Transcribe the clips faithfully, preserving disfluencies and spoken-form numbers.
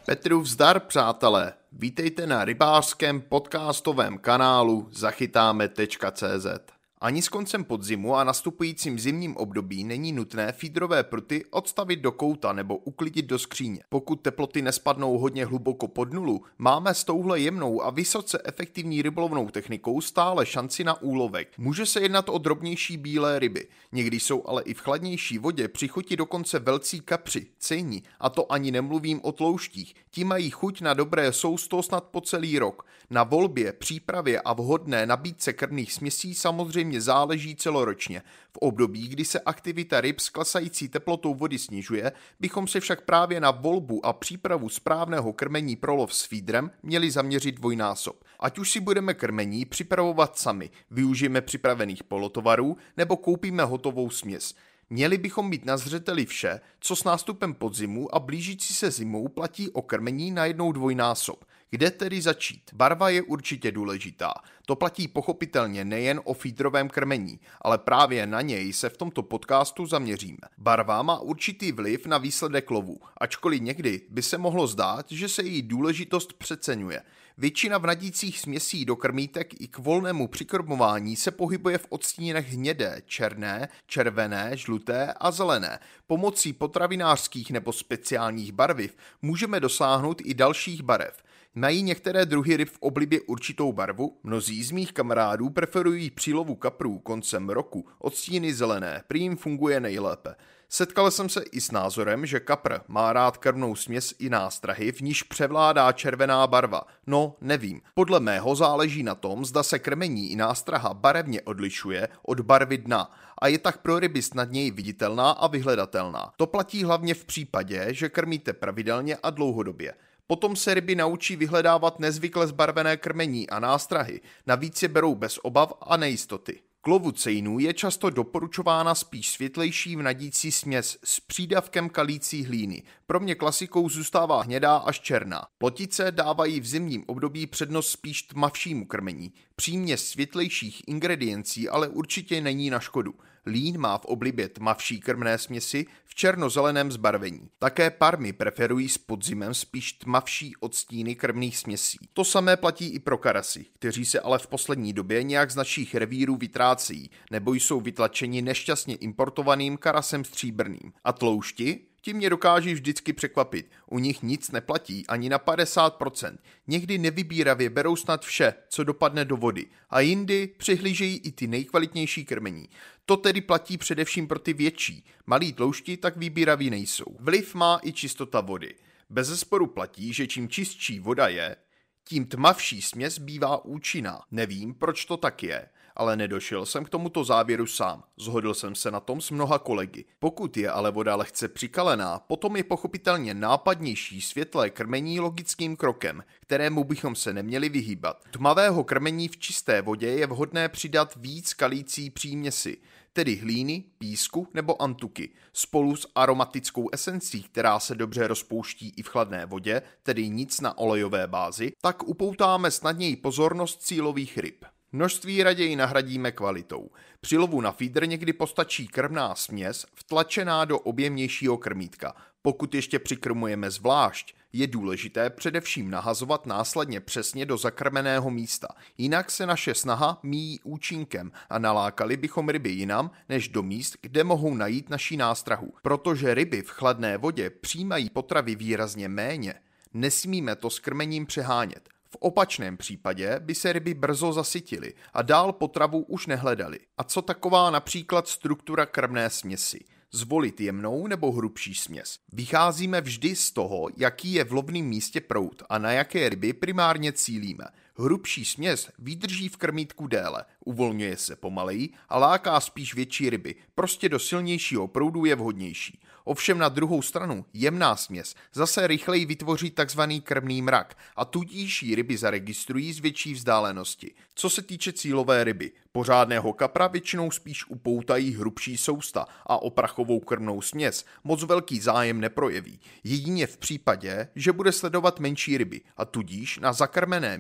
Petrův zdar, přátelé, vítejte na rybářském podcastovém kanálu zachytáme tečka cé zet. Ani s koncem podzimu a nastupujícím zimním období není nutné feederové pruty odstavit do kouta nebo uklidit do skříně. Pokud teploty nespadnou hodně hluboko pod nulu, máme s touhle jemnou a vysoce efektivní rybolovnou technikou stále šanci na úlovek. Může se jednat o drobnější bílé ryby, někdy jsou ale i v chladnější vodě při chuti dokonce velcí kapři, cejni, a to ani nemluvím o tlouštích. Ti mají chuť na dobré sousto snad po celý rok. Na volbě, přípravě a vhodné nabídce krmných směsí samozřejmě záleží celoročně. V období, kdy se aktivita ryb s klesající teplotou vody snižuje, bychom se však právě na volbu a přípravu správného krmení pro lov s feederem měli zaměřit dvojnásob. Ať už si budeme krmení připravovat sami, využijeme připravených polotovarů nebo koupíme hotovou směs. Měli bychom mít na zřeteli vše, co s nástupem podzimu a blížící se zimou platí o krmení najednou dvojnásob. Kde tedy začít? Barva je určitě důležitá. To platí pochopitelně nejen o feederovém krmení, ale právě na něj se v tomto podcastu zaměříme. Barva má určitý vliv na výsledek lovu, ačkoliv někdy by se mohlo zdát, že se její důležitost přeceňuje. Většina vnadících směsí do krmítek i k volnému přikrmování se pohybuje v odstínech hnědé, černé, červené, žluté a zelené. Pomocí potravinářských nebo speciálních barviv můžeme dosáhnout i dalších barev. Mají některé druhy ryb v oblibě určitou barvu? Mnozí z mých kamarádů preferují při lovu kaprů koncem roku odstíny zelené, prý jim funguje nejlépe. Setkal jsem se i s názorem, že kapr má rád krmnou směs i nástrahy, v níž převládá červená barva. No, nevím. Podle mého záleží na tom, zda se krmení i nástraha barevně odlišuje od barvy dna a je tak pro ryby snadněji viditelná a vyhledatelná. To platí hlavně v případě, že krmíte pravidelně a dlouhodobě. Potom se ryby naučí vyhledávat nezvykle zbarvené krmení a nástrahy, navíc je berou bez obav a nejistoty. K lovu cejnů je často doporučována spíš světlejší vnadící směs s přídavkem kalící hlíny. Pro mě klasikou zůstává hnědá až černá. Plotice dávají v zimním období přednost spíš tmavšímu krmení. Příměs světlejších ingrediencí ale určitě není na škodu. Lín má v oblibě tmavší krmné směsi v černozeleném zbarvení. Také parmy preferují s podzimem spíš tmavší odstíny krmných směsí. To samé platí i pro karasy, kteří se ale v poslední době nějak z našich revírů vytrácejí, nebo jsou vytlačeni nešťastně importovaným karasem stříbrným. A tloušti? Ti mě dokáží vždycky překvapit. U nich nic neplatí ani na padesát procent. Někdy nevybíravě berou snad vše, co dopadne do vody. A jindy přihlížejí i ty nejkvalitnější krmení. To tedy platí především pro ty větší. Malí tloušti tak vybíraví nejsou. Vliv má i čistota vody. Bezesporu platí, že čím čistší voda je, tím tmavší směs bývá účinná. Nevím, proč to tak je, ale nedošel jsem k tomuto závěru sám. Zhodl jsem se na tom s mnoha kolegy. Pokud je ale voda lehce přikalená, potom je pochopitelně nápadnější světlé krmení logickým krokem, kterému bychom se neměli vyhýbat. Tmavého krmení v čisté vodě je vhodné přidat víc kalící příměsi, tedy hlíny, písku nebo antuky, spolu s aromatickou esencí, která se dobře rozpouští i v chladné vodě, tedy nic na olejové bázi, tak upoutáme snadněji pozornost cílových ryb. Množství raději nahradíme kvalitou. Při lovu na feeder někdy postačí krmná směs vtlačená do objemnějšího krmítka. Pokud ještě přikrmujeme zvlášť, je důležité především nahazovat následně přesně do zakrmeného místa. Jinak se naše snaha míjí účinkem a nalákali bychom ryby jinam, než do míst, kde mohou najít naší nástrahu. Protože ryby v chladné vodě přijímají potravy výrazně méně, nesmíme to s krmením přehánět. V opačném případě by se ryby brzo zasytily a dál potravu už nehledali. A co taková například struktura krmné směsi? Zvolit jemnou nebo hrubší směs? Vycházíme vždy z toho, jaký je v lovném místě proud a na jaké ryby primárně cílíme. Hrubší směs vydrží v krmítku déle, uvolňuje se pomaleji a láká spíš větší ryby. Prostě do silnějšího proudu je vhodnější. Ovšem na druhou stranu jemná směs zase rychleji vytvoří takzvaný krmný mrak a tudíž ji ryby zaregistrují z větší vzdálenosti. Co se týče cílové ryby, pořádného kapra většinou spíš upoutají hrubší sousta a o prachovou krmnou směs moc velký zájem neprojeví. Jedině v případě, že bude sledovat menší ryby a tudíž na zakrmené místo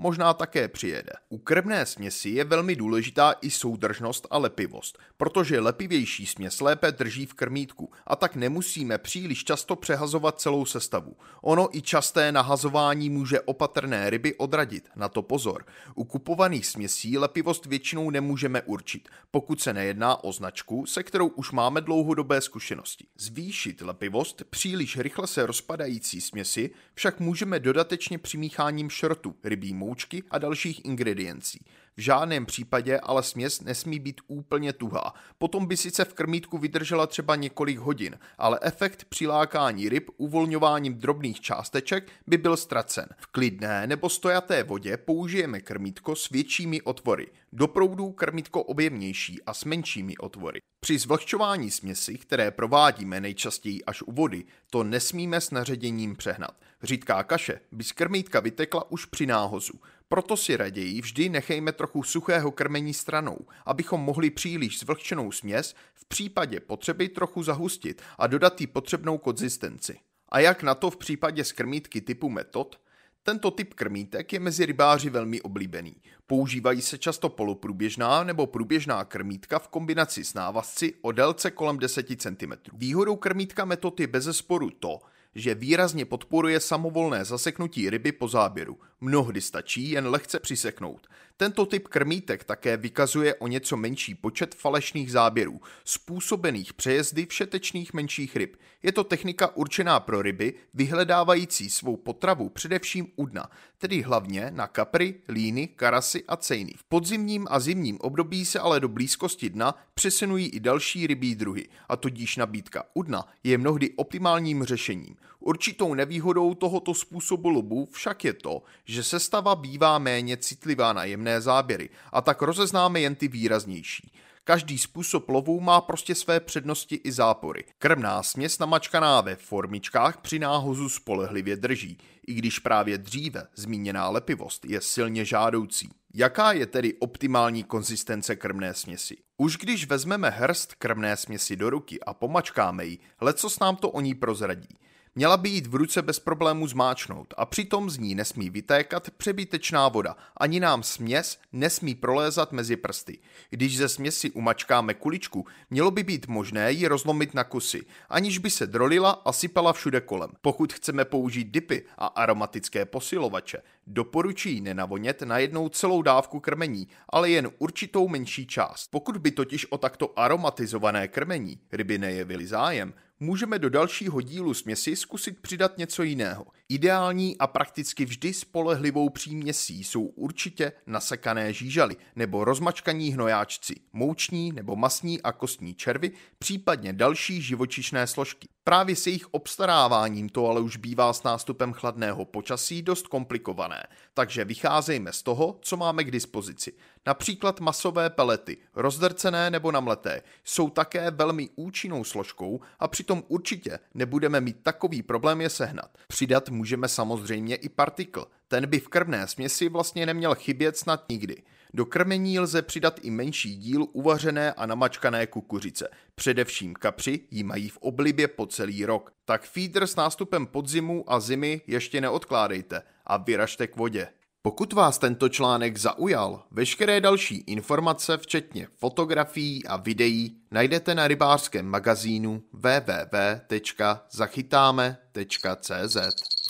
možná také přijede. U krmné směsi je velmi důležitá i soudržnost a lepivost, protože lepivější směs lépe drží v krmítku a tak nemusíme příliš často přehazovat celou sestavu. Ono i časté nahazování může opatrné ryby odradit, na to pozor. U kupovaných směsí lepivost většinou nemůžeme určit, pokud se nejedná o značku, se kterou už máme dlouhodobé zkušenosti. Zvýšit lepivost příliš rychle se rozpadající směsi však můžeme dodatečně přimícháním šrotu, rybí moučky a dalších ingrediencí. V žádném případě ale směs nesmí být úplně tuhá. Potom by sice v krmítku vydržela třeba několik hodin, ale efekt přilákání ryb uvolňováním drobných částeček by byl ztracen. V klidné nebo stojaté vodě použijeme krmítko s většími otvory. Do proudů krmítko objemnější a s menšími otvory. Při zvlhčování směsi, které provádíme nejčastěji až u vody, to nesmíme s naředěním přehnat. Řídká kaše by z krmítka vytekla už při náhozu. Proto si raději vždy nechejme trochu suchého krmení stranou, abychom mohli příliš zvlhčenou směs v případě potřeby trochu zahustit a dodat jí potřebnou konzistenci. A jak na to v případě z krmítky typu metod? Tento typ krmítek je mezi rybáři velmi oblíbený. Používají se často poloprůběžná nebo průběžná krmítka v kombinaci s návazci o délce kolem deset centimetrů. Výhodou krmítka metod je bezesporu to, že výrazně podporuje samovolné zaseknutí ryby po záběru. Mnohdy stačí jen lehce přiseknout. Tento typ krmítek také vykazuje o něco menší počet falešných záběrů, způsobených přejezdy všetečných menších ryb. Je to technika určená pro ryby, vyhledávající svou potravu především u dna, tedy hlavně na kapry, líny, karasy a cejny. V podzimním a zimním období se ale do blízkosti dna přesunují i další rybí druhy, a tudíž nabídka u dna je mnohdy optimálním řešením. Určitou nevýhodou tohoto způsobu lovu však je to, že sestava bývá méně citlivá na jemné záběry a tak rozeznáme jen ty výraznější. Každý způsob lovu má prostě své přednosti i zápory. Krmná směs namačkaná ve formičkách při náhozu spolehlivě drží, i když právě dříve zmíněná lepivost je silně žádoucí. Jaká je tedy optimální konzistence krmné směsi? Už když vezmeme hrst krmné směsi do ruky a pomačkáme ji, lecos nám to o ní prozradí. Měla by jít v ruce bez problémů zmáčknout a přitom z ní nesmí vytékat přebytečná voda, ani nám směs nesmí prolézat mezi prsty. Když ze směsi umačkáme kuličku, mělo by být možné ji rozlomit na kusy, aniž by se drolila a sypala všude kolem. Pokud chceme použít dipy a aromatické posilovače, doporučuji nenavonět na jednou celou dávku krmení, ale jen určitou menší část. Pokud by totiž o takto aromatizované krmení ryby nejevily zájem, můžeme do dalšího dílu směsi zkusit přidat něco jiného. Ideální a prakticky vždy spolehlivou příměsí jsou určitě nasekané žížaly nebo rozmačkaní hnojáčci, mouční nebo masní a kostní červy, případně další živočišné složky. Právě s jejich obstaráváním to ale už bývá s nástupem chladného počasí dost komplikované, takže vycházejme z toho, co máme k dispozici. Například masové pelety, rozdrcené nebo namleté, jsou také velmi účinnou složkou a přitom určitě nebudeme mít takový problém je sehnat. Přidat můžeme samozřejmě i partikl, ten by v krmné směsi vlastně neměl chybět snad nikdy. Do krmení lze přidat i menší díl uvařené a namačkané kukuřice. Především kapři ji mají v oblibě po celý rok. Tak feeder s nástupem podzimu a zimy ještě neodkládejte a vyražte k vodě. Pokud vás tento článek zaujal, veškeré další informace, včetně fotografií a videí, najdete na rybářském magazínu w w w tečka zachytáme tečka cé zet.